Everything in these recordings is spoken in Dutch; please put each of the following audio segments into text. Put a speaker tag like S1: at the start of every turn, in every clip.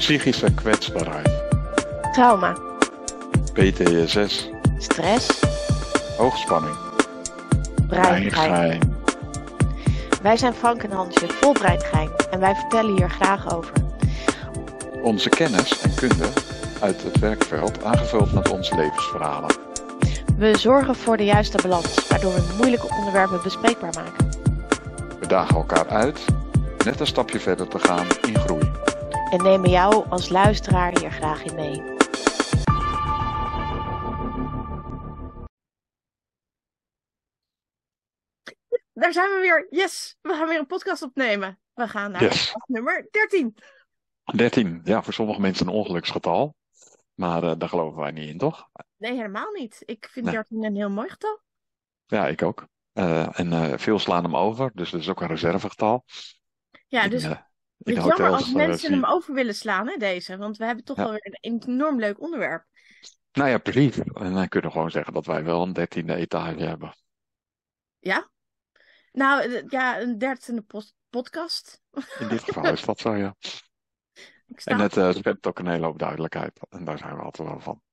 S1: Psychische kwetsbaarheid.
S2: Trauma.
S1: PTSS.
S2: Stress.
S1: Hoogspanning.
S2: Breingein. Wij zijn Frank en Hansje, vol breingein. En wij vertellen hier graag over.
S1: Onze kennis en kunde uit het werkveld aangevuld met onze levensverhalen.
S2: We zorgen voor de juiste balans, waardoor we moeilijke onderwerpen bespreekbaar maken.
S1: We dagen elkaar uit net een stapje verder te gaan in groei.
S2: En nemen jou als luisteraar hier graag in mee. Daar zijn we weer. Yes, we gaan weer een podcast opnemen. We gaan naar podcast nummer 13.
S1: 13, ja, voor sommige mensen een ongeluksgetal. Maar daar geloven wij niet in, toch?
S2: Nee, helemaal niet. Ik vind 13 een heel mooi getal.
S1: Ja, ik ook. En veel slaan hem over, dus dat is ook een reservegetal.
S2: Ja, dus het is jammer als mensen hem over willen slaan, hè, deze. Want we hebben toch wel weer een enorm leuk onderwerp.
S1: Nou ja, precies. En dan kunnen we gewoon zeggen dat wij wel een 13e etage hebben.
S2: Ja? Nou, ja, een 13e podcast.
S1: In dit geval is dat zo, ja. En het schept ook een hele hoop duidelijkheid. En daar zijn we altijd wel van.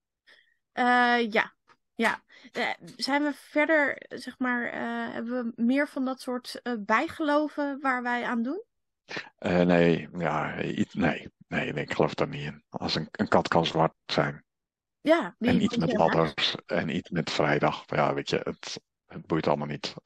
S2: Ja. Zijn we verder, zeg maar, hebben we meer van dat soort bijgeloven waar wij aan doen?
S1: Nee, ik geloof daar niet in. Als een kat kan zwart zijn.
S2: Ja.
S1: En iets met ladders en iets met vrijdag. Ja, weet je, het boeit allemaal niet.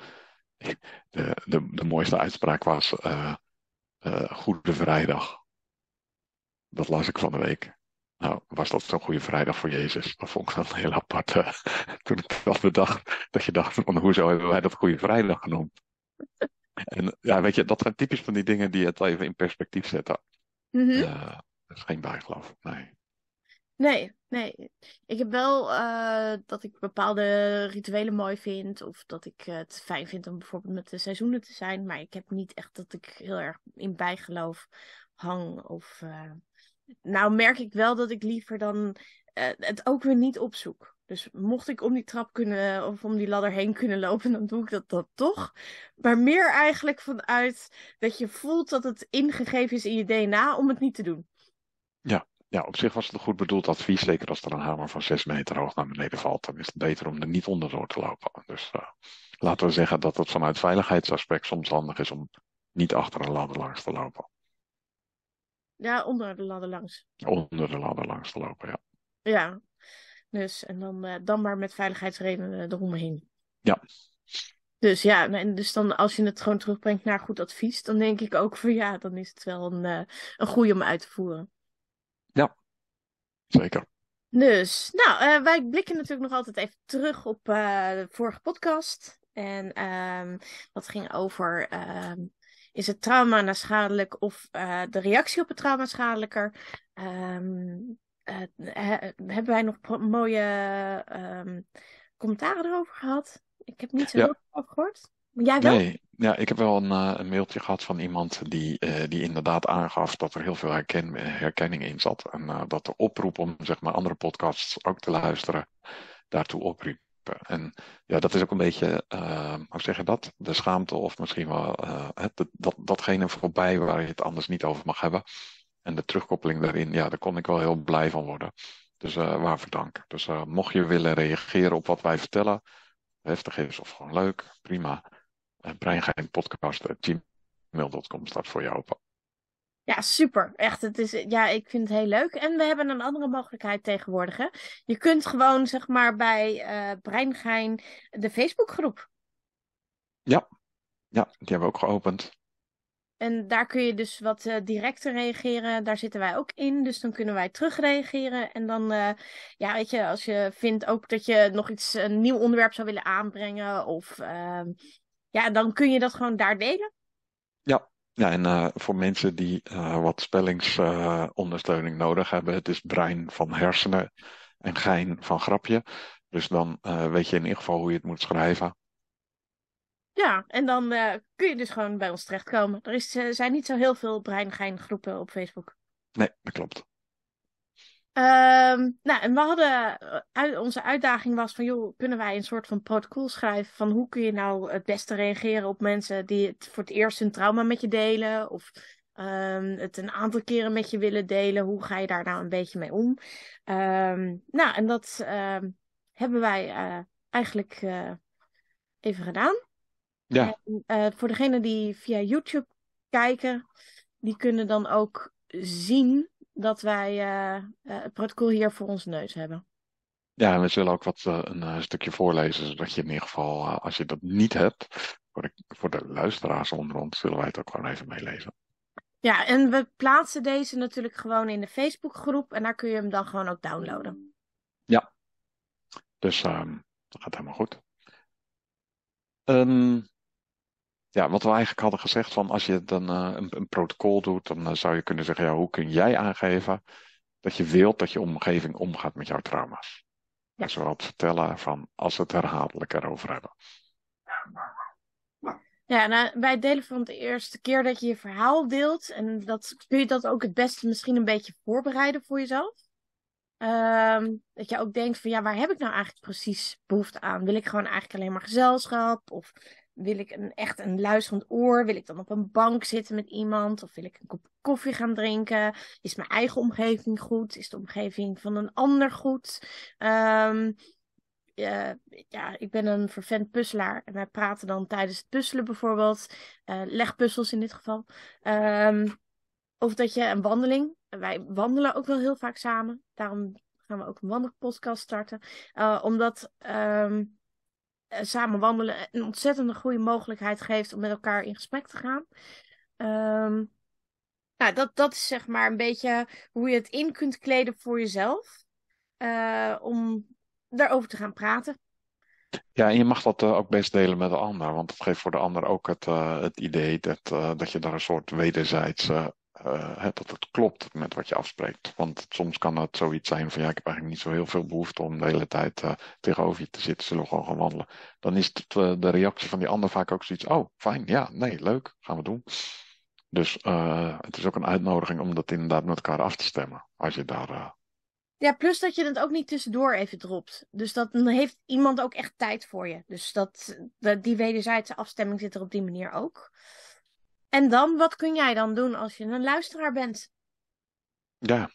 S1: De mooiste uitspraak was Goede Vrijdag. Dat las ik van de week. Nou, was dat zo'n goede vrijdag voor Jezus? Dat vond ik dan heel apart. Toen ik dat bedacht, dat je dacht van hoezo hebben wij dat Goede Vrijdag genoemd? En ja, weet je, dat zijn typisch van die dingen die het even in perspectief zetten.
S2: Mm-hmm.
S1: Dat is geen bijgeloof, nee.
S2: Nee. Ik heb wel dat ik bepaalde rituelen mooi vind. Of dat ik het fijn vind om bijvoorbeeld met de seizoenen te zijn. Maar ik heb niet echt dat ik heel erg in bijgeloof hang. Of nou merk ik wel dat ik liever dan het ook weer niet opzoek. Dus mocht ik om die trap kunnen of om die ladder heen kunnen lopen, dan doe ik dat toch. Maar meer eigenlijk vanuit dat je voelt dat het ingegeven is in je DNA om het niet te doen.
S1: Ja, op zich was het een goed bedoeld advies. Zeker als er een hamer van 6 meter hoog naar beneden valt. Dan is het beter om er niet onderdoor te lopen. Dus laten we zeggen dat het vanuit veiligheidsaspect soms handig is om niet achter een ladder langs te lopen.
S2: Ja, onder de ladder langs.
S1: Onder de ladder langs te lopen, ja.
S2: Ja, dus en dan maar met veiligheidsredenen eromheen.
S1: Ja.
S2: Dus ja, en dus dan als je het gewoon terugbrengt naar goed advies, dan denk ik ook van ja, dan is het wel een goede om uit te voeren.
S1: Ja, zeker.
S2: Dus, nou, wij blikken natuurlijk nog altijd even terug op de vorige podcast. En dat ging over, is het trauma nou schadelijk of de reactie op het trauma schadelijker? Hebben wij nog mooie commentaren erover gehad? Ik heb niet zo heel veel over gehoord. Maar jij wel?
S1: Nee, ja, ik heb wel een mailtje gehad van iemand die inderdaad aangaf dat er heel veel herkenning in zat. En dat de oproep om zeg maar andere podcasts ook te luisteren daartoe opriepen. En ja, dat is ook een beetje, hoe zeg je dat? De schaamte of misschien wel datgene voorbij waar je het anders niet over mag hebben. En de terugkoppeling daarin, ja, daar kon ik wel heel blij van worden. Dus waarvoor dank. Dus mocht je willen reageren op wat wij vertellen, heftig is of gewoon leuk, prima. Breingeinpodcast@gmail.com staat voor je open.
S2: Ja, super. Echt, ik vind het heel leuk. En we hebben een andere mogelijkheid tegenwoordig, hè. Je kunt gewoon, zeg maar, bij Breingein de Facebookgroep.
S1: Ja, die hebben we ook geopend.
S2: En daar kun je dus wat directer reageren. Daar zitten wij ook in. Dus dan kunnen wij terugreageren. En dan, ja, weet je, als je vindt ook dat je nog een nieuw onderwerp zou willen aanbrengen. Of, ja, dan kun je dat gewoon daar delen.
S1: Ja, en voor mensen die wat spellingsondersteuning nodig hebben. Het is brein van hersenen en gein van grapje. Dus dan weet je in ieder geval hoe je het moet schrijven.
S2: Ja, en dan kun je dus gewoon bij ons terechtkomen. Er zijn niet zo heel veel breingein groepen op Facebook.
S1: Nee, dat klopt.
S2: Nou, en we hadden, onze uitdaging was van, joh, kunnen wij een soort van protocol schrijven van hoe kun je nou het beste reageren op mensen die het voor het eerst hun trauma met je delen? Of Het een aantal keren met je willen delen. Hoe ga je daar nou een beetje mee om? Nou, en dat hebben wij eigenlijk even gedaan.
S1: Ja,
S2: En voor degenen die via YouTube kijken, die kunnen dan ook zien dat wij het protocol hier voor ons neus hebben.
S1: ja, en we zullen ook een stukje voorlezen, zodat je in ieder geval, als je dat niet hebt, voor de luisteraars onder ons, zullen wij het ook gewoon even meelezen.
S2: Ja, en we plaatsen deze natuurlijk gewoon in de Facebookgroep en daar kun je hem dan gewoon ook downloaden.
S1: Ja, dus dat gaat helemaal goed. Ehm, ja, wat we eigenlijk hadden gezegd, van als je dan een protocol doet, dan zou je kunnen zeggen, ja, hoe kun jij aangeven dat je wilt dat je omgeving omgaat met jouw trauma's?
S2: Ja.
S1: Dus wat vertellen van als we het herhaaldelijk erover hebben.
S2: Ja, nou, bij het delen van de eerste keer dat je je verhaal deelt, en kun je dat ook het beste misschien een beetje voorbereiden voor jezelf. Dat je ook denkt van ja, waar heb ik nou eigenlijk precies behoefte aan? Wil ik gewoon eigenlijk alleen maar gezelschap? Of wil ik echt een luisterend oor? Wil ik dan op een bank zitten met iemand? Of wil ik een kop koffie gaan drinken? Is mijn eigen omgeving goed? Is de omgeving van een ander goed? Ehm, ja, ik ben een vervent puzzelaar. En wij praten dan tijdens het puzzelen bijvoorbeeld. Legpuzzels in dit geval. Of dat je een wandeling. Wij wandelen ook wel heel vaak samen. Daarom gaan we ook een wandelpodcast starten. Omdat samen wandelen een ontzettende goede mogelijkheid geeft om met elkaar in gesprek te gaan. Nou, dat is zeg maar een beetje hoe je het in kunt kleden voor jezelf. Om daarover te gaan praten.
S1: Ja, en je mag dat ook best delen met de ander, want het geeft voor de ander ook het idee dat je daar een soort wederzijds, dat het klopt met wat je afspreekt. Want soms kan het zoiets zijn van ja, ik heb eigenlijk niet zo heel veel behoefte om de hele tijd tegenover je te zitten, zullen we gewoon gaan wandelen. Dan is het, de reactie van die ander vaak ook zoiets, oh, fijn, ja, nee, leuk, gaan we doen. Dus het is ook een uitnodiging om dat inderdaad met elkaar af te stemmen, als je daar...
S2: Ja, plus dat je het ook niet tussendoor even dropt. Dus dan heeft iemand ook echt tijd voor je. Dus die wederzijdse afstemming zit er op die manier ook. En dan, wat kun jij dan doen als je een luisteraar bent?
S1: Ja,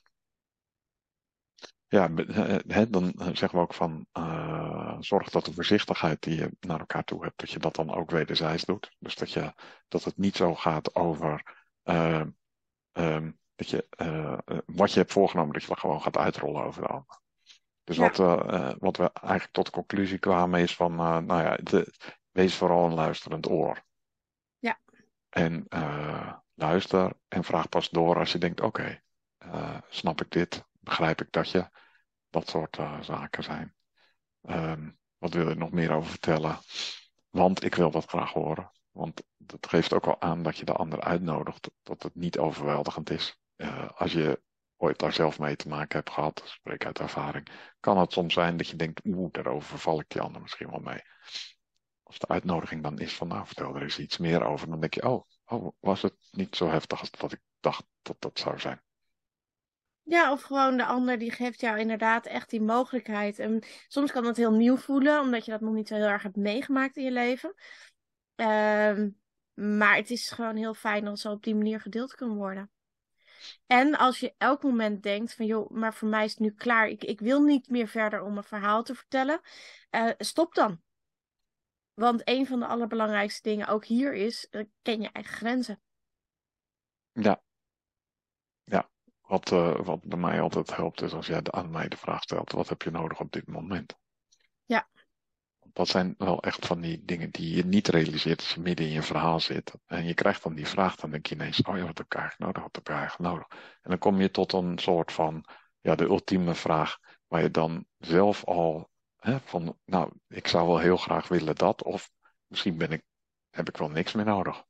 S1: ja, dan zeggen we ook van zorg dat de voorzichtigheid die je naar elkaar toe hebt, dat je dat dan ook wederzijds doet. Dus dat het niet zo gaat over eh, dat je wat je hebt voorgenomen, dat je dat gewoon gaat uitrollen over de ander. Dus
S2: Ja,
S1: wat we eigenlijk tot de conclusie kwamen is van, nou ja, wees vooral een luisterend oor.
S2: ja,
S1: En luister en vraag pas door als je denkt, oké, snap ik dit? Begrijp ik dat je? Dat soort zaken zijn. Wat wil je nog meer over vertellen? Want ik wil dat graag horen. Want dat geeft ook wel aan dat je de ander uitnodigt. Dat het niet overweldigend is. Als je ooit daar zelf mee te maken hebt gehad, spreek uit ervaring, kan het soms zijn dat je denkt, daarover val ik die ander misschien wel mee. Als de uitnodiging dan is van, nou, vertel er eens iets meer over. Dan denk je, was het niet zo heftig als dat ik dacht dat dat zou zijn.
S2: ja, of gewoon de ander die geeft jou inderdaad echt die mogelijkheid. En soms kan dat heel nieuw voelen, omdat je dat nog niet zo heel erg hebt meegemaakt in je leven. Ehm, maar het is gewoon heel fijn als ze op die manier gedeeld kunnen worden. En als je elk moment denkt van, joh, maar voor mij is het nu klaar. Ik wil niet meer verder om een verhaal te vertellen. Stop dan. Want een van de allerbelangrijkste dingen ook hier is, ken je eigen grenzen.
S1: Ja, ja. Wat bij mij altijd helpt is als jij aan mij de vraag stelt, wat heb je nodig op dit moment?
S2: Ja,
S1: Dat zijn wel echt van die dingen die je niet realiseert als je midden in je verhaal zit. En je krijgt dan die vraag, dan denk je ineens, oh ja, wat heb ik eigenlijk nodig? Wat heb ik eigenlijk nodig? En dan kom je tot een soort van, ja, de ultieme vraag, waar je dan zelf al, van, nou, ik zou wel heel graag willen dat, of misschien heb ik wel niks meer nodig.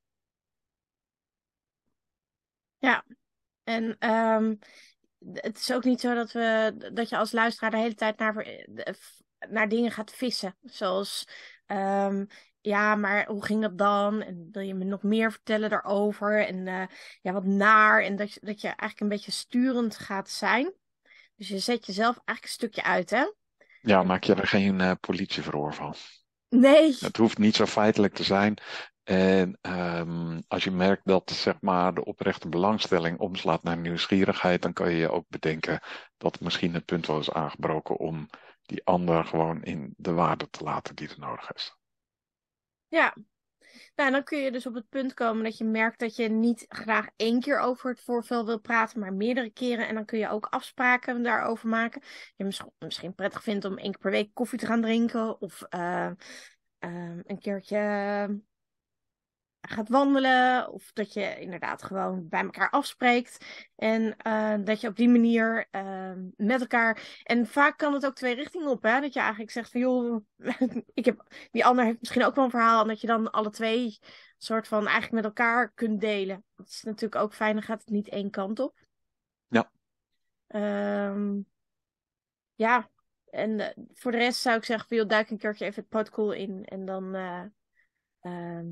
S2: ja. En het is ook niet zo dat je als luisteraar de hele tijd naar dingen gaat vissen. Zoals, ja, maar hoe ging dat dan? En wil je me nog meer vertellen daarover? En ja, wat naar. En dat je eigenlijk een beetje sturend gaat zijn. Dus je zet jezelf eigenlijk een stukje uit, hè?
S1: Ja, maak je er geen politieverhoor van.
S2: Nee.
S1: Het hoeft niet zo feitelijk te zijn. En als als je merkt dat zeg maar, de oprechte belangstelling omslaat naar nieuwsgierigheid, dan kan je je ook bedenken dat misschien het punt wel is aangebroken om die ander gewoon in de waarde te laten die er nodig is.
S2: Ja, nou, dan kun je dus op het punt komen dat je merkt dat je niet graag 1 keer over het voorval wil praten, maar meerdere keren. En dan kun je ook afspraken daarover maken. Je misschien prettig vindt om 1 keer per week koffie te gaan drinken. Of een keertje gaat wandelen. Of dat je inderdaad gewoon bij elkaar afspreekt. En dat je op die manier met elkaar. En vaak kan het ook 2 richtingen op. Hè? Dat je eigenlijk zegt van joh, die ander heeft misschien ook wel een verhaal. En dat je dan alle twee soort van eigenlijk met elkaar kunt delen. Dat is natuurlijk ook fijn, dan gaat het niet 1 kant op.
S1: Ja.
S2: Ehm, ja, en voor de rest zou ik zeggen van joh, duik een keertje even het protocol in. En dan ehm,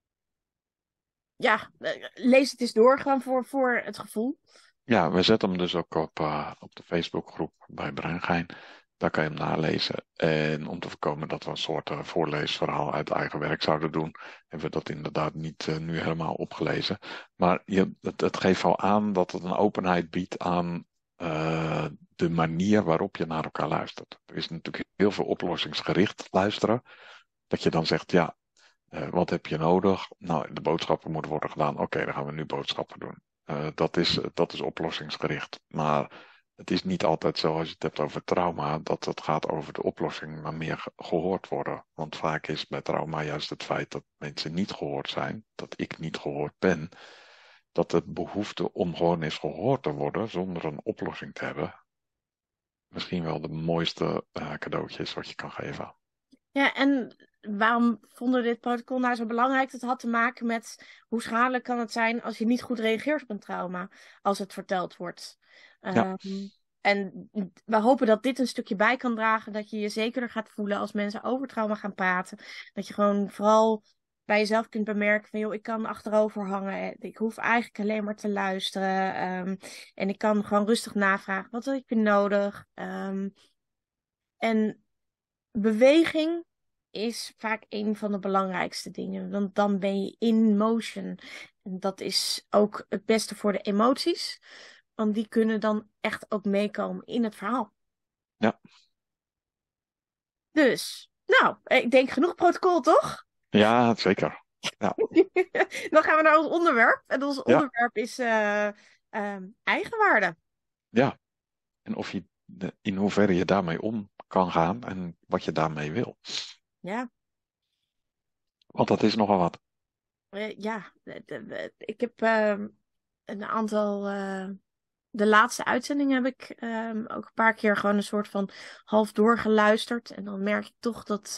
S2: ja, lees het eens door gewoon voor het gevoel.
S1: Ja, we zetten hem dus ook op de Facebookgroep bij Breingein. Daar kan je hem nalezen. En om te voorkomen dat we een soort voorleesverhaal uit eigen werk zouden doen, hebben we dat inderdaad niet nu helemaal opgelezen. Maar het geeft wel aan dat het een openheid biedt aan de manier waarop je naar elkaar luistert. Er is natuurlijk heel veel oplossingsgericht luisteren. Dat je dan zegt, ja, wat heb je nodig? Nou, de boodschappen moeten worden gedaan. Oké, dan gaan we nu boodschappen doen. Dat is oplossingsgericht. Maar het is niet altijd zo als je het hebt over trauma, dat het gaat over de oplossing, maar meer gehoord worden. Want vaak is bij trauma juist het feit dat mensen niet gehoord zijn, dat ik niet gehoord ben, dat het behoefte om gewoon eens gehoord te worden zonder een oplossing te hebben, misschien wel de mooiste cadeautjes wat je kan geven.
S2: Ja, en waarom vonden we dit protocol nou zo belangrijk? Dat had te maken met hoe schadelijk kan het zijn als je niet goed reageert op een trauma, als het verteld wordt.
S1: Ja,
S2: Ehm, en we hopen dat dit een stukje bij kan dragen, dat je je zekerder gaat voelen als mensen over trauma gaan praten. Dat je gewoon vooral bij jezelf kunt bemerken van, joh, ik kan achterover hangen. Ik hoef eigenlijk alleen maar te luisteren. En ik kan gewoon rustig navragen, wat heb je nodig? En beweging is vaak een van de belangrijkste dingen. Want dan ben je in motion. En dat is ook het beste voor de emoties. Want die kunnen dan echt ook meekomen in het verhaal.
S1: ja,
S2: Dus, nou, ik denk genoeg protocol, toch?
S1: ja, zeker. Ja,
S2: Dan gaan we naar ons onderwerp. En ons
S1: ja,
S2: onderwerp is eigenwaarde.
S1: ja. En in hoeverre je daarmee om kan gaan en wat je daarmee wil.
S2: Ja,
S1: Want dat is nogal wat.
S2: ja. Ik heb een aantal... de laatste uitzending heb ik ook een paar keer gewoon een soort van half doorgeluisterd. En dan merk ik toch dat.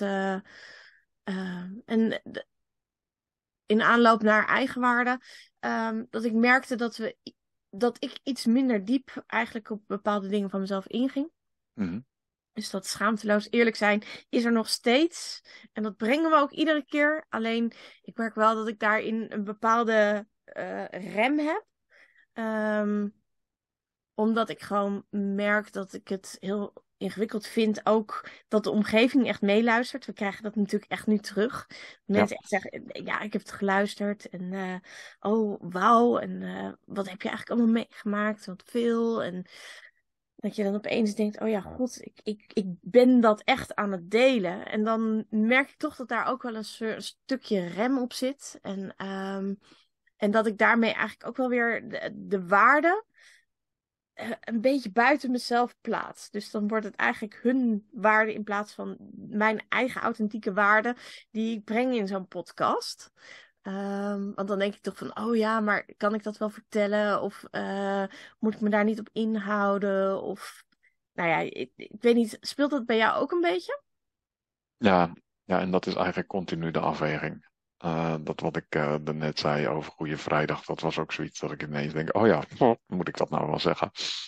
S2: In aanloop naar eigenwaarde. Dat ik merkte dat ik iets minder diep eigenlijk op bepaalde dingen van mezelf inging.
S1: Mhm.
S2: Dus dat schaamteloos eerlijk zijn is er nog steeds. En dat brengen we ook iedere keer. Alleen ik merk wel dat ik daarin een bepaalde rem heb. Ehm, Omdat ik gewoon merk dat ik het heel ingewikkeld vind. Ook dat de omgeving echt meeluistert. We krijgen dat natuurlijk echt nu terug.
S1: Ja,
S2: Mensen echt zeggen, ja, ik heb het geluisterd. En oh, wauw. En wat heb je eigenlijk allemaal meegemaakt? Wat veel. En dat je dan opeens denkt, oh ja, god, ik ben dat echt aan het delen. En dan merk ik toch dat daar ook wel een stukje rem op zit. En dat ik daarmee eigenlijk ook wel weer de waarde een beetje buiten mezelf plaats. Dus dan wordt het eigenlijk hun waarde in plaats van mijn eigen authentieke waarde die ik breng in zo'n podcast. Want dan denk ik toch van, oh ja, maar kan ik dat wel vertellen? Of moet ik me daar niet op inhouden? Of, nou ja, ik weet niet, speelt dat bij jou ook een beetje?
S1: ja, ja, en dat is eigenlijk continu de afweging. Dat wat ik daarnet zei over Goede Vrijdag, dat was ook zoiets dat ik ineens denk, oh ja, moet ik dat nou wel zeggen?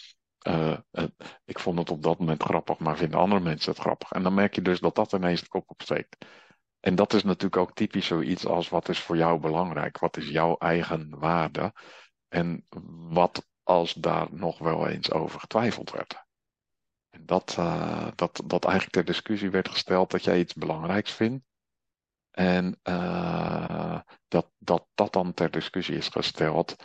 S1: Ik vond het op dat moment grappig, maar vinden andere mensen het grappig? En dan merk je dus dat dat ineens de kop opsteekt. En dat is natuurlijk ook typisch zoiets als wat is voor jou belangrijk? Wat is jouw eigen waarde? En wat als daar nog wel eens over getwijfeld werd? En dat eigenlijk ter discussie werd gesteld dat jij iets belangrijks vindt. En dat dan ter discussie is gesteld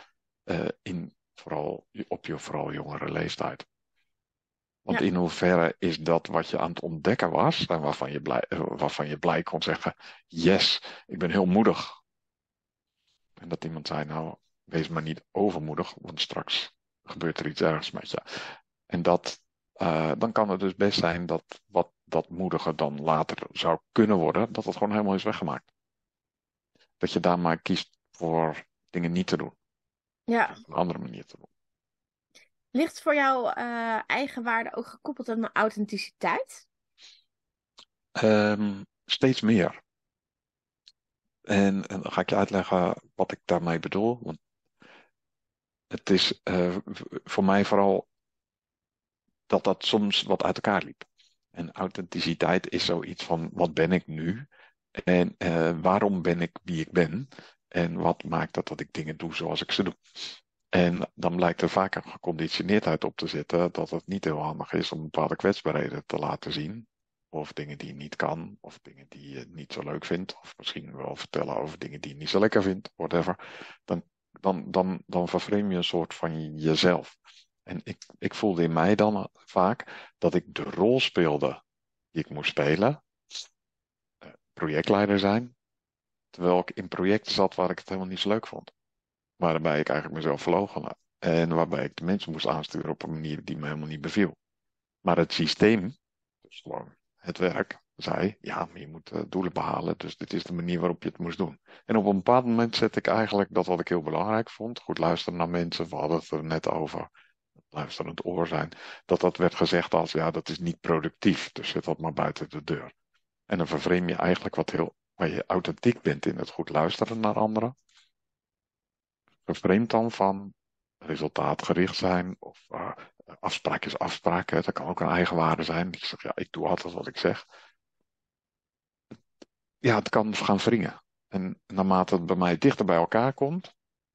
S1: op je vooral jongere leeftijd. Want
S2: Ja,
S1: in hoeverre is dat wat je aan het ontdekken was en waarvan je blij kon zeggen, yes, ik ben heel moedig. En dat iemand zei, nou, wees maar niet overmoedig, want straks gebeurt er iets ergs met je. En dan kan het dus best zijn dat wat dat moedige dan later zou kunnen worden, dat het gewoon helemaal is weggemaakt. Dat je daar maar kiest voor dingen niet te doen. Of
S2: ja.
S1: op een andere manier te doen.
S2: Ligt voor jou eigenwaarde ook gekoppeld aan een authenticiteit?
S1: Steeds meer. En dan ga ik je uitleggen wat ik daarmee bedoel. Want het is voor mij vooral dat soms wat uit elkaar liep. En authenticiteit is zoiets van, wat ben ik nu? En waarom ben ik wie ik ben? En wat maakt dat ik dingen doe zoals ik ze doe? En dan blijkt er vaak een geconditioneerdheid op te zitten dat het niet heel handig is om bepaalde kwetsbaarheden te laten zien. Of dingen die je niet kan, of dingen die je niet zo leuk vindt, of misschien wel vertellen over dingen die je niet zo lekker vindt, whatever. Dan vervreem je een soort van jezelf. En ik voelde in mij dan vaak dat ik de rol speelde die ik moest spelen, projectleider zijn, terwijl ik in projecten zat waar ik het helemaal niet zo leuk vond. Waarbij ik eigenlijk mezelf verloochende. En waarbij ik de mensen moest aansturen op een manier die me helemaal niet beviel. Maar het systeem, dus gewoon het werk, zei, ja, maar je moet doelen behalen, dus dit is de manier waarop je het moest doen. En op een bepaald moment zette ik eigenlijk dat wat ik heel belangrijk vond, goed luisteren naar mensen, we hadden het er net over, luisterend oor zijn, dat werd gezegd als, ja, dat is niet productief, dus zet dat maar buiten de deur. En dan vervreem je eigenlijk waar je authentiek bent in het goed luisteren naar anderen, vervreemd dan van resultaatgericht zijn of afspraak is afspraak. Hè. Dat kan ook een eigenwaarde zijn. Ik zeg, ja, ik doe altijd wat ik zeg. Ja, het kan gaan wringen. En naarmate het bij mij dichter bij elkaar komt,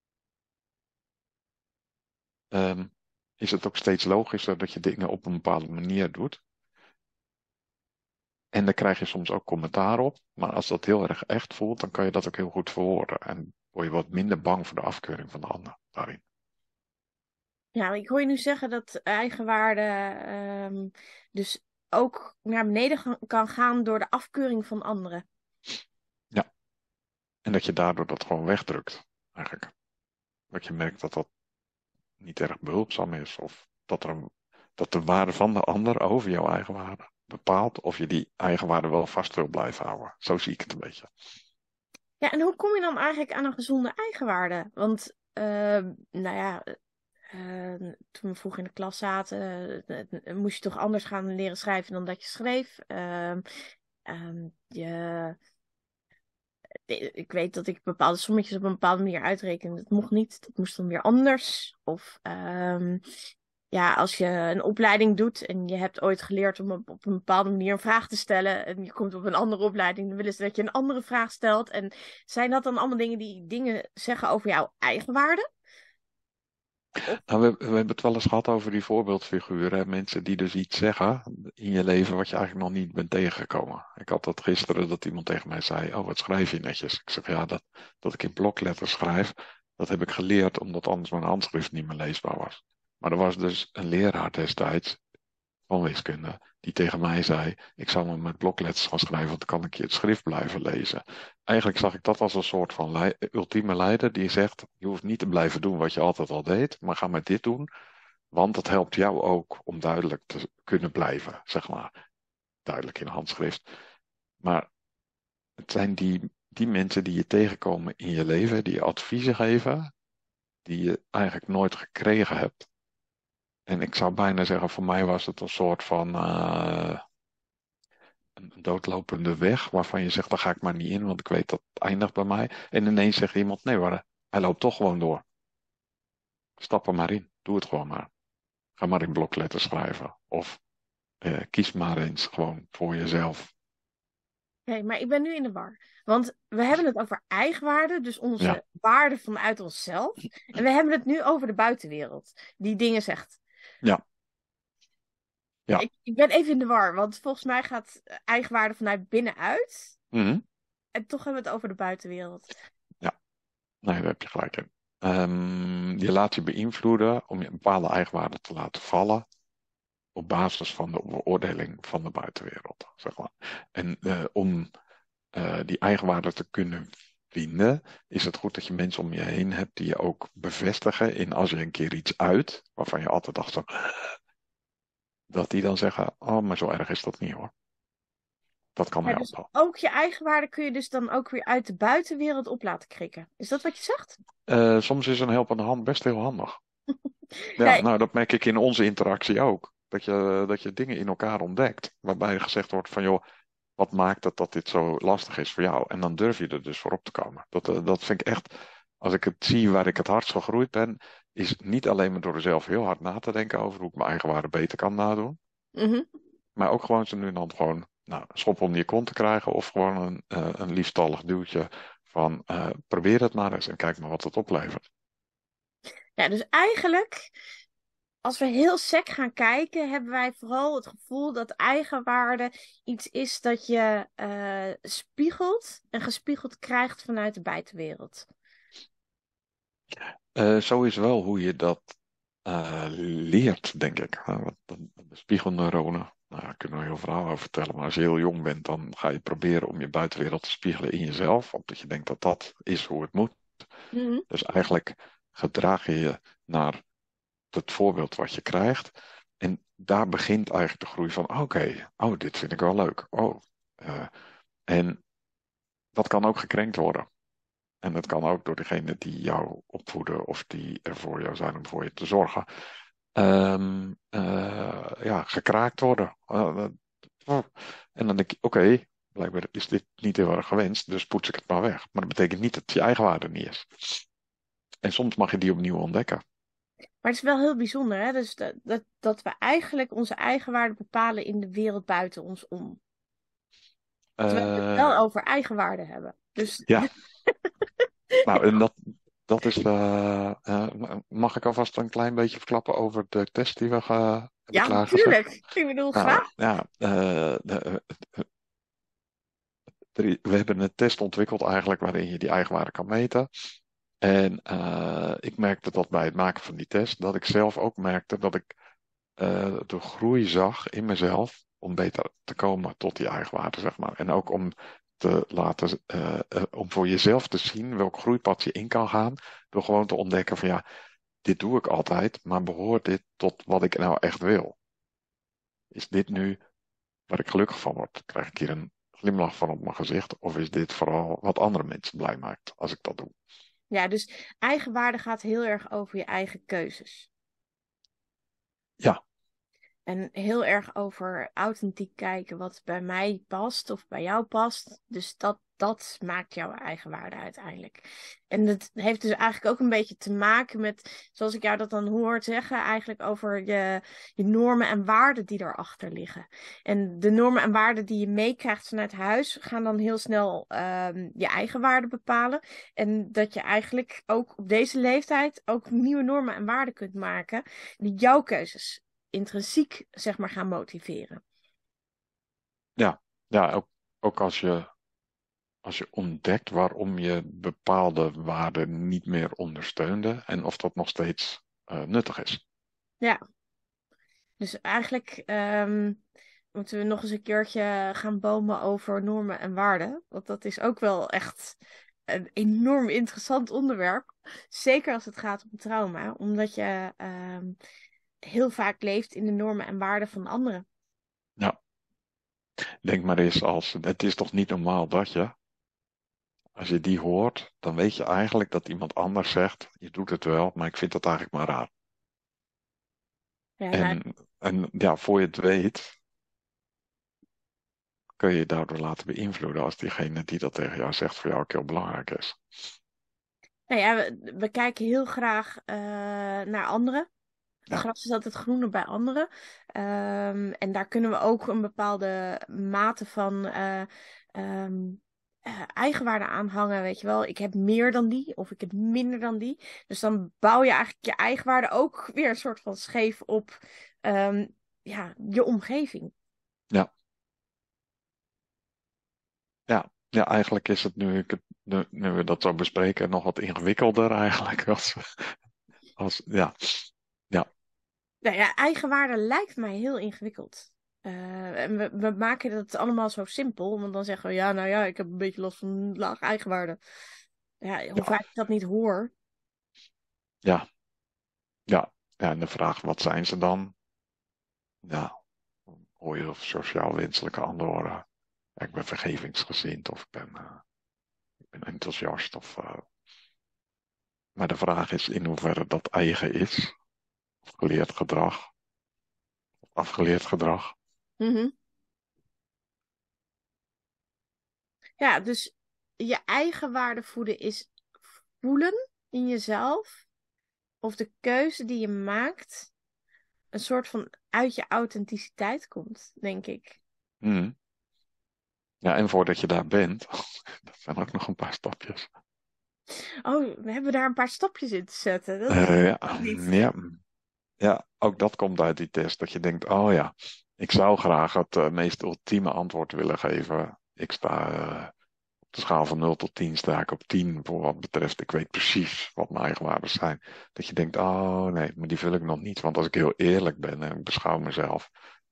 S1: ehm, is het ook steeds logischer dat je dingen op een bepaalde manier doet. En daar krijg je soms ook commentaar op. Maar als dat heel erg echt voelt, dan kan je dat ook heel goed verwoorden. En word je wat minder bang voor de afkeuring van de ander daarin.
S2: Ja, ik hoor je nu zeggen dat eigenwaarde dus ook naar beneden kan gaan door de afkeuring van anderen.
S1: Ja, en dat je daardoor dat gewoon wegdrukt, eigenlijk. Dat je merkt dat dat niet erg behulpzaam is. Of dat de waarde van de ander over jouw eigen waarde bepaalt. Of je die eigen waarde wel vast wil blijven houden. Zo zie ik het een beetje.
S2: Ja, en hoe kom je dan eigenlijk aan een gezonde eigenwaarde? Want, nou ja, toen we vroeg in de klas zaten, moest je toch anders gaan leren schrijven dan dat je schreef. Je ik weet dat ik bepaalde sommetjes op een bepaalde manier uitrekende. Dat mocht niet, dat moest dan weer anders. Of ja, als je een opleiding doet en je hebt ooit geleerd om op een bepaalde manier een vraag te stellen en je komt op een andere opleiding, dan willen ze dat je een andere vraag stelt. En zijn dat dan allemaal dingen die dingen zeggen over jouw eigenwaarde? Of
S1: Nou, we hebben het wel eens gehad over die voorbeeldfiguren. Hè? Mensen die dus iets zeggen in je leven wat je eigenlijk nog niet bent tegengekomen. Ik had dat gisteren dat iemand tegen mij zei, oh wat schrijf je netjes. Ik zeg ja, dat ik in blokletters schrijf, dat heb ik geleerd omdat anders mijn handschrift niet meer leesbaar was. Maar er was dus een leraar destijds van wiskunde, die tegen mij zei, ik zou maar met blokletters gaan schrijven, want dan kan ik je het schrift blijven lezen. Eigenlijk zag ik dat als een soort van ultieme leider die zegt, je hoeft niet te blijven doen wat je altijd al deed, maar ga maar dit doen, want dat helpt jou ook om duidelijk te kunnen blijven, zeg maar. Duidelijk in handschrift. Maar het zijn die mensen die je tegenkomen in je leven, die je adviezen geven, die je eigenlijk nooit gekregen hebt. En ik zou bijna zeggen, voor mij was het een soort van een doodlopende weg waarvan je zegt, daar ga ik maar niet in, want ik weet dat het eindigt bij mij. En ineens zegt iemand, nee hoor, hij loopt toch gewoon door. Stap er maar in, doe het gewoon maar. Ga maar in blokletters schrijven. Of kies maar eens gewoon voor jezelf.
S2: nee, maar ik ben nu in de war. Want we hebben het over eigenwaarde, dus
S1: Ja,
S2: onze waarde vanuit onszelf. En we hebben het nu over de buitenwereld, die dingen zegt.
S1: ja,
S2: Ja,
S1: ja.
S2: ik ben even in de war, want volgens mij gaat eigenwaarde vanuit binnenuit.
S1: Mhm.
S2: En toch hebben we het over de buitenwereld.
S1: Ja, nee, daar heb je gelijk in. Je laat je beïnvloeden om je bepaalde eigenwaarden te laten vallen op basis van de beoordeling van de buitenwereld, zeg maar. En om die eigenwaarden te kunnen vinden, is het goed dat je mensen om je heen hebt die je ook bevestigen in als je een keer iets uit, waarvan je altijd dacht, dat die dan zeggen, oh, maar zo erg is dat niet hoor. Dat kan
S2: Ja, dus
S1: helpen.
S2: ook je eigenwaarde kun je dus dan ook weer uit de buitenwereld op laten krikken. Is dat wat je zegt?
S1: Soms is een helpende hand best heel handig. Ja,
S2: Ja,
S1: nou, dat merk ik in onze interactie ook. Dat je dingen in elkaar ontdekt, waarbij er gezegd wordt van, joh, wat maakt het dat dit zo lastig is voor jou? En dan durf je er dus voor op te komen. Dat vind ik echt, als ik het zie waar ik het hardst gegroeid ben, is niet alleen maar door er zelf heel hard na te denken over hoe ik mijn eigen waarde beter kan nadoen,
S2: mhm.
S1: maar ook gewoon zo nu en dan gewoon nou, een schop onder je kont te krijgen of gewoon een liefstallig duwtje van probeer het maar eens en kijk maar wat het oplevert.
S2: Ja, dus eigenlijk, als we heel sec gaan kijken, hebben wij vooral het gevoel dat eigenwaarde iets is dat je spiegelt en gespiegeld krijgt vanuit de buitenwereld.
S1: Zo is wel hoe je dat leert, denk ik. De spiegelneuronen, nou, daar kunnen we een heel verhaal over vertellen. Maar als je heel jong bent, dan ga je proberen om je buitenwereld te spiegelen in jezelf. Omdat je denkt dat dat is hoe het moet.
S2: Mhm.
S1: Dus eigenlijk gedraag je je naar het voorbeeld wat je krijgt. En daar begint eigenlijk de groei van, oké, oh, dit vind ik wel leuk. Oh, eh, en dat kan ook gekrenkt worden. En dat kan ook door degene die jou opvoeden of die er voor jou zijn om voor je te zorgen. Ja, gekraakt worden. En dan denk je, oké, blijkbaar is dit niet heel erg gewenst, dus poets ik het maar weg. Maar dat betekent niet dat het je eigenwaarde niet is. En soms mag je die opnieuw ontdekken.
S2: Maar het is wel heel bijzonder, hè? Dus dat we eigenlijk onze eigenwaarde bepalen in de wereld buiten ons om. Terwijl we het
S1: Eh,
S2: wel over eigenwaarde hebben. Dus
S1: ja, nou, en dat is. Mag ik alvast een klein beetje verklappen over de test die we hebben
S2: ja,
S1: klaargezet?
S2: natuurlijk. Ik bedoel,
S1: Nou,
S2: graag.
S1: ja, we hebben een test ontwikkeld eigenlijk waarin je die eigenwaarde kan meten. En ik merkte dat bij het maken van die test, dat ik zelf ook merkte dat ik de groei zag in mezelf om beter te komen tot die eigenwaarde, zeg maar. En ook om te laten, om voor jezelf te zien welk groeipad je in kan gaan, door gewoon te ontdekken van ja, dit doe ik altijd, maar behoort dit tot wat ik nou echt wil? Is dit nu waar ik gelukkig van word? Krijg ik hier een glimlach van op mijn gezicht? Of is dit vooral wat andere mensen blij maakt als ik dat doe?
S2: Ja, dus eigenwaarde gaat heel erg over je eigen keuzes.
S1: Ja,
S2: En heel erg over authentiek kijken wat bij mij past of bij jou past. Dus dat maakt jouw eigen waarde uiteindelijk. En dat heeft dus eigenlijk ook een beetje te maken met, zoals ik jou dat dan hoor zeggen, eigenlijk over je normen en waarden die erachter liggen. En de normen en waarden die je meekrijgt vanuit huis gaan dan heel snel je eigen waarden bepalen. En dat je eigenlijk ook op deze leeftijd ook nieuwe normen en waarden kunt maken die jouw keuzes intrinsiek, zeg maar, gaan motiveren.
S1: ja, ja ook als je ontdekt waarom je bepaalde waarden niet meer ondersteunde en of dat nog steeds nuttig is.
S2: Ja, dus eigenlijk moeten we nog eens een keertje gaan bomen over normen en waarden. Want dat is ook wel echt een enorm interessant onderwerp. Zeker als het gaat om trauma, omdat je heel vaak leeft in de normen en waarden van anderen.
S1: Ja, denk maar eens als, het is toch niet normaal dat als je die hoort, dan weet je eigenlijk dat iemand anders zegt, je doet het wel, maar ik vind dat eigenlijk maar raar.
S2: Ja, nou,
S1: En ja, voor je het weet, kun je je daardoor laten beïnvloeden als diegene die dat tegen jou zegt voor jou ook heel belangrijk is.
S2: nou ja, we kijken heel graag naar anderen. Het
S1: Ja,
S2: gras is altijd groener bij anderen. En daar kunnen we ook een bepaalde mate van ehm, eigenwaarde aan hangen. Weet je wel, ik heb meer dan die of ik heb minder dan die. Dus dan bouw je eigenlijk je eigenwaarde ook weer een soort van scheef op ja, je omgeving.
S1: ja, ja. ja, eigenlijk is het nu we dat zo bespreken nog wat ingewikkelder eigenlijk. Ja, ja,
S2: Nou ja, eigenwaarde lijkt mij heel ingewikkeld. En we maken het allemaal zo simpel, want dan zeggen we ja, nou ja, ik heb een beetje last van laag eigenwaarde. Ja, hoe
S1: ja,
S2: vaak ik dat niet hoor.
S1: ja, ja. Ja, en de vraag, wat zijn ze dan? Ja, hoor je of sociaal wenselijke antwoorden. Ja, ik ben vergevingsgezind of ik ben enthousiast. Maar de vraag is in hoeverre dat eigen is. Of geleerd gedrag. Of afgeleerd gedrag.
S2: Mhm. Ja, dus je eigen waarde voeden is voelen in jezelf of de keuze die je maakt een soort van uit je authenticiteit komt, denk ik.
S1: Hmm. Ja, en voordat je daar bent, dat zijn ook nog een paar stapjes.
S2: Oh, we hebben daar een paar stapjes in te zetten. Dat is
S1: Ja,
S2: niet.
S1: ja, ja, ook dat komt uit die test. Dat je denkt, oh ja, ik zou graag het meest ultieme antwoord willen geven. Ik sta op de schaal van 0 tot 10 sta ik op 10 voor wat betreft. Ik weet precies wat mijn eigenwaarden zijn. Dat je denkt, oh nee, maar die vul ik nog niet. Want als ik heel eerlijk ben en ik beschouw mezelf,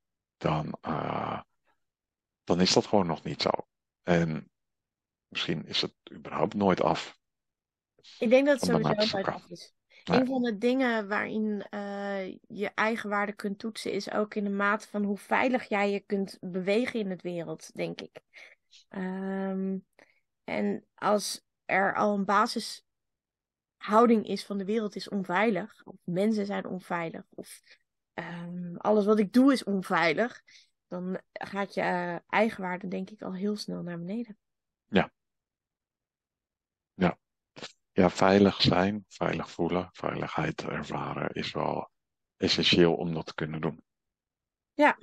S1: dan is dat gewoon nog niet zo. En misschien is het überhaupt nooit af
S2: Ik denk dat het
S1: om daarnaar te
S2: sowieso nooit
S1: zoeken.
S2: af is.
S1: Nee,
S2: Een van de dingen waarin je eigen waarde kunt toetsen, is ook in de mate van hoe veilig jij je kunt bewegen in het wereld, denk ik. Ehm, en als er al een basishouding is van de wereld is onveilig, of mensen zijn onveilig, of alles wat ik doe is onveilig, dan gaat je eigenwaarde denk ik al heel snel naar beneden.
S1: ja, ja. Ja, veilig zijn, veilig voelen, veiligheid ervaren is wel essentieel om dat te kunnen doen.
S2: Ja,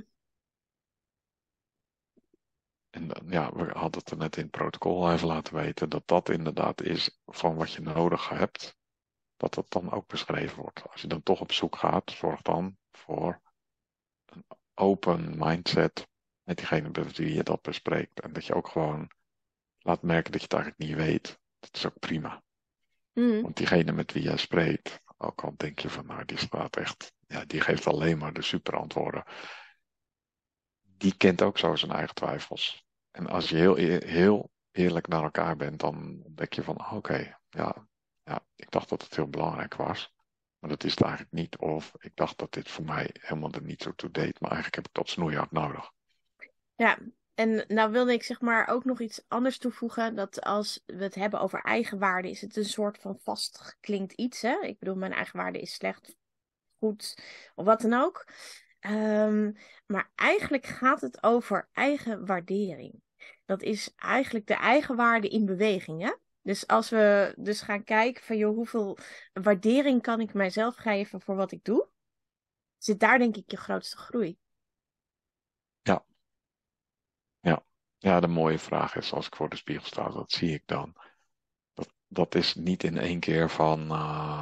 S1: En ja, we hadden het er net in het protocol even laten weten dat dat inderdaad is van wat je nodig hebt, dat dat dan ook beschreven wordt. Als je dan toch op zoek gaat, zorg dan voor een open mindset met diegene met wie je dat bespreekt. En dat je ook gewoon laat merken dat je het eigenlijk niet weet. Dat is ook prima.
S2: mhm.
S1: Want diegene met wie jij spreekt, ook al denk je van nou, die staat echt, ja, die geeft alleen maar de superantwoorden. Die kent ook zo zijn eigen twijfels. En als je heel eerlijk naar elkaar bent, dan ontdek je van oké, ja, ja, ik dacht dat het heel belangrijk was. Maar dat is het eigenlijk niet. Of ik dacht dat dit voor mij helemaal er niet zo toe deed. Maar eigenlijk heb ik dat snoeihard nodig.
S2: Ja, en nou wilde ik zeg maar ook nog iets anders toevoegen. Dat als we het hebben over eigenwaarde, is het een soort van vastgeklinkt iets. Hè? Ik bedoel, mijn eigenwaarde is slecht, goed of wat dan ook. Ehm, maar eigenlijk gaat het over eigen waardering. Dat is eigenlijk de eigenwaarde in beweging, hè? Dus als we dus gaan kijken van, joh, hoeveel waardering kan ik mijzelf geven voor wat ik doe, zit daar denk ik je grootste groei.
S1: Ja, ja. Ja, de mooie vraag is, als ik voor de spiegel sta, wat zie ik dan? Dat is niet in één keer van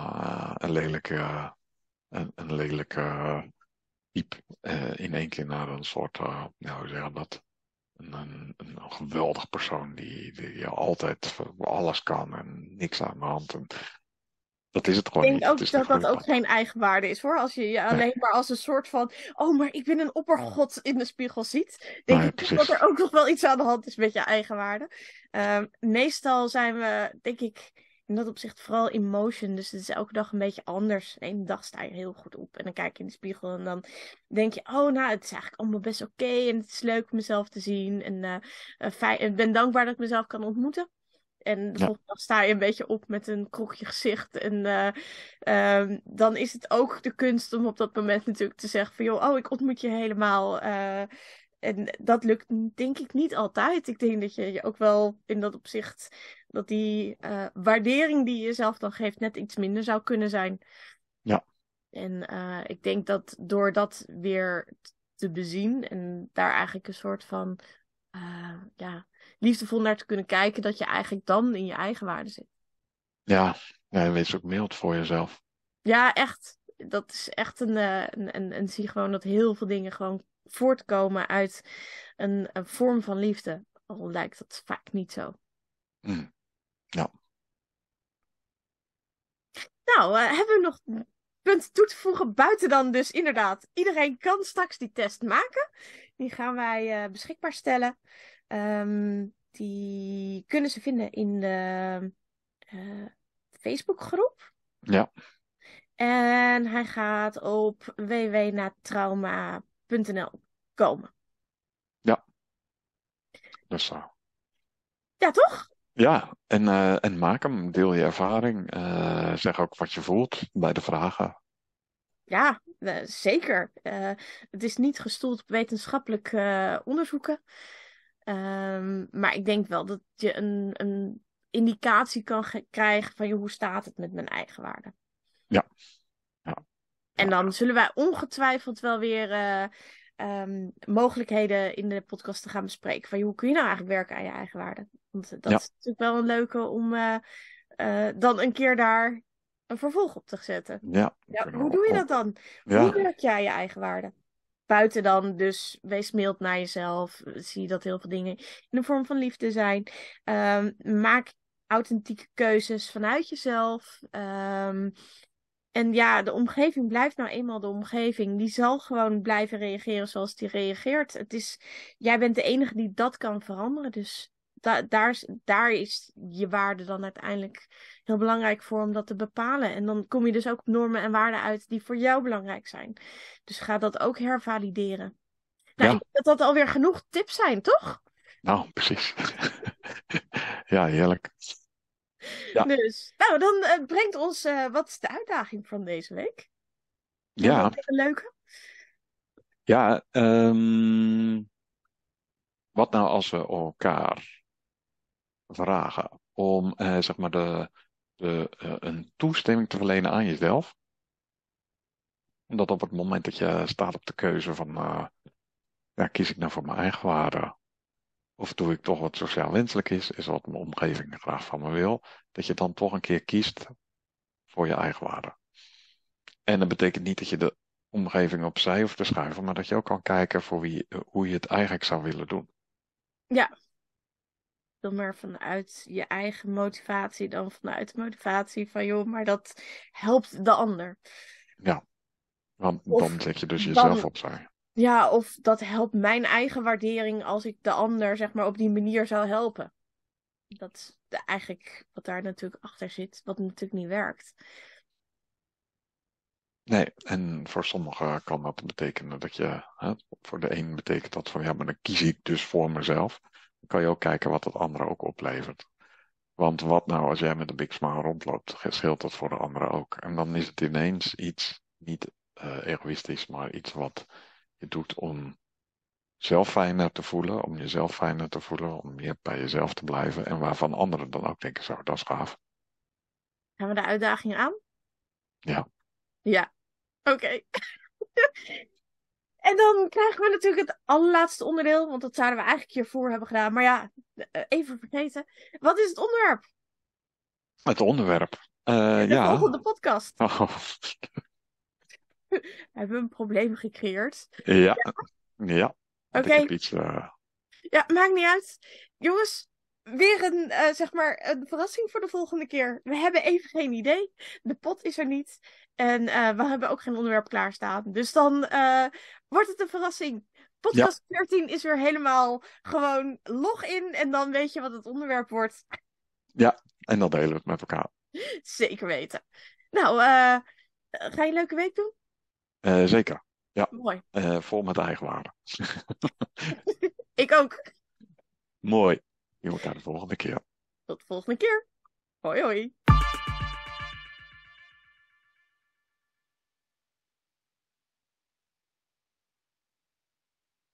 S1: een lelijke piep in één keer naar een soort, nou, hoe zeg je dat? Een geweldig persoon die altijd alles kan en niks aan de hand. En dat is het gewoon
S2: Ik denk
S1: niet. Het
S2: ook
S1: is de
S2: dat dat ook
S1: groeipad.
S2: geen eigenwaarde is hoor. Als je je
S1: Nee,
S2: alleen maar als een soort van, oh, maar ik ben een oppergod in de spiegel ziet, denk
S1: nee,
S2: ik toch dat er
S1: precies.
S2: ook nog wel iets aan de hand is met je eigenwaarde. Meestal zijn we, denk ik, in dat opzicht vooral emotion. Dus het is elke dag een beetje anders. De ene dag sta je heel goed op en dan kijk je in de spiegel en dan denk je, oh, nou, het is eigenlijk allemaal best oké en het is leuk om mezelf te zien en ik ben dankbaar dat ik mezelf kan ontmoeten. En de
S1: Ja,
S2: volgende dag sta je een beetje op met een krokje gezicht. En dan is het ook de kunst om op dat moment natuurlijk te zeggen van... joh, oh, ik ontmoet je helemaal. En dat lukt denk ik niet altijd. Ik denk dat je ook wel in dat opzicht... dat die waardering die je jezelf dan geeft net iets minder zou kunnen zijn.
S1: ja,
S2: En ik denk dat door dat weer te bezien... en daar eigenlijk een soort van... ja, liefdevol naar te kunnen kijken, dat je eigenlijk dan in je eigen waarde zit.
S1: ja. Ja, en wees ook mild voor jezelf.
S2: Ja, echt. Dat is echt zie gewoon dat heel veel dingen gewoon voortkomen uit een vorm van liefde. Al lijkt dat vaak niet zo.
S1: Mm, ja.
S2: Nou, hebben we nog punten toe te voegen buiten dan dus inderdaad. Iedereen kan straks die test maken. Die gaan wij beschikbaar stellen. Die kunnen ze vinden in de Facebookgroep.
S1: Ja.
S2: En hij gaat op www.natrauma.nl komen.
S1: Ja. Dus
S2: Ja, toch?
S1: ja, en maak hem. Deel je ervaring. Zeg ook wat je voelt bij de vragen.
S2: Ja, zeker. Het is niet gestoeld op wetenschappelijk onderzoeken. Maar ik denk wel dat je een indicatie kan krijgen van hoe staat het met mijn eigen waarde.
S1: Ja. Ja.
S2: En
S1: Ja.
S2: dan zullen wij ongetwijfeld wel weer mogelijkheden in de podcast te gaan bespreken. Van hoe kun je nou eigenlijk werken aan je eigen waarde? Want dat
S1: Ja.
S2: is natuurlijk wel een leuke om dan een keer daar een vervolg op te zetten.
S1: Ja.
S2: Ja, hoe doe je dat dan? Hoe
S1: Ja.
S2: werk je aan je eigen waarde? Buiten dan dus, wees mild naar jezelf. Zie dat heel veel dingen in de vorm van liefde zijn. Maak authentieke keuzes vanuit jezelf. En ja, de omgeving blijft nou eenmaal de omgeving. Die zal gewoon blijven reageren zoals die reageert. Jij bent de enige die dat kan veranderen. Dus daar is je waarde dan uiteindelijk heel belangrijk voor om dat te bepalen. En dan kom je dus ook op normen en waarden uit die voor jou belangrijk zijn. Dus ga dat ook hervalideren. Nou,
S1: Ja.
S2: ik denk dat dat alweer genoeg tips zijn, toch?
S1: Nou, precies. Ja, heerlijk. Ja.
S2: Dus, nou, dan brengt ons, wat is de uitdaging van deze week?
S1: Ja.
S2: Een leuke?
S1: Ja. Wat nou als we elkaar vragen om zeg maar een toestemming te verlenen aan jezelf? Dat op het moment dat je staat op de keuze van, ja, kies ik nou voor mijn eigen waarde? Of doe ik toch wat sociaal wenselijk is wat mijn omgeving graag van me wil? Dat je dan toch een keer kiest voor je eigen waarde. En dat betekent niet dat je de omgeving opzij hoeft te schuiven, maar dat je ook kan kijken voor hoe je het eigenlijk zou willen doen.
S2: Ja. Dan maar vanuit je eigen motivatie dan vanuit de motivatie van joh, maar dat helpt de ander.
S1: Ja, want
S2: Of
S1: dan zet je dus jezelf
S2: dan,
S1: opzij.
S2: ja, of dat helpt mijn eigen waardering als ik de ander zeg maar op die manier zou helpen. Dat is eigenlijk wat daar natuurlijk achter zit, wat natuurlijk niet werkt.
S1: Nee, en voor sommigen kan dat betekenen dat je, voor de een betekent dat van ja, maar dan kies ik dus voor mezelf. Dan kan je ook kijken wat het andere ook oplevert. Want wat nou als jij met een big smile rondloopt, scheelt dat voor de anderen ook. En dan is het ineens iets, niet egoïstisch, maar iets wat je doet om zelf fijner te voelen, om jezelf fijner te voelen, om meer bij jezelf te blijven. En waarvan anderen dan ook denken, zo, dat is gaaf.
S2: Gaan we de uitdaging aan?
S1: Ja.
S2: Ja, oké. En dan krijgen we natuurlijk het allerlaatste onderdeel, want dat zouden we eigenlijk hiervoor hebben gedaan. Maar ja, even vergeten. Wat is het onderwerp?
S1: Het onderwerp.
S2: De
S1: Ja.
S2: volgende podcast.
S1: Oh.
S2: Hebben we een probleem gecreëerd?
S1: Ja. Ja. Want
S2: Oké.
S1: ik heb iets.
S2: Ja, maakt niet uit. Jongens, weer een, zeg maar, een verrassing voor de volgende keer. We hebben even geen idee. De pot is er niet. En we hebben ook geen onderwerp klaarstaan. Dus dan wordt het een verrassing. Podcast 14 is weer helemaal gewoon login. En dan weet je wat het onderwerp wordt.
S1: Ja, en dan delen we het met elkaar.
S2: Zeker weten. Nou, ga je een leuke week doen?
S1: Zeker. Ja.
S2: Mooi.
S1: Vol met eigenwaarde.
S2: Ik ook.
S1: Mooi. Zien we elkaar de volgende keer.
S2: Tot de volgende keer. Hoi hoi.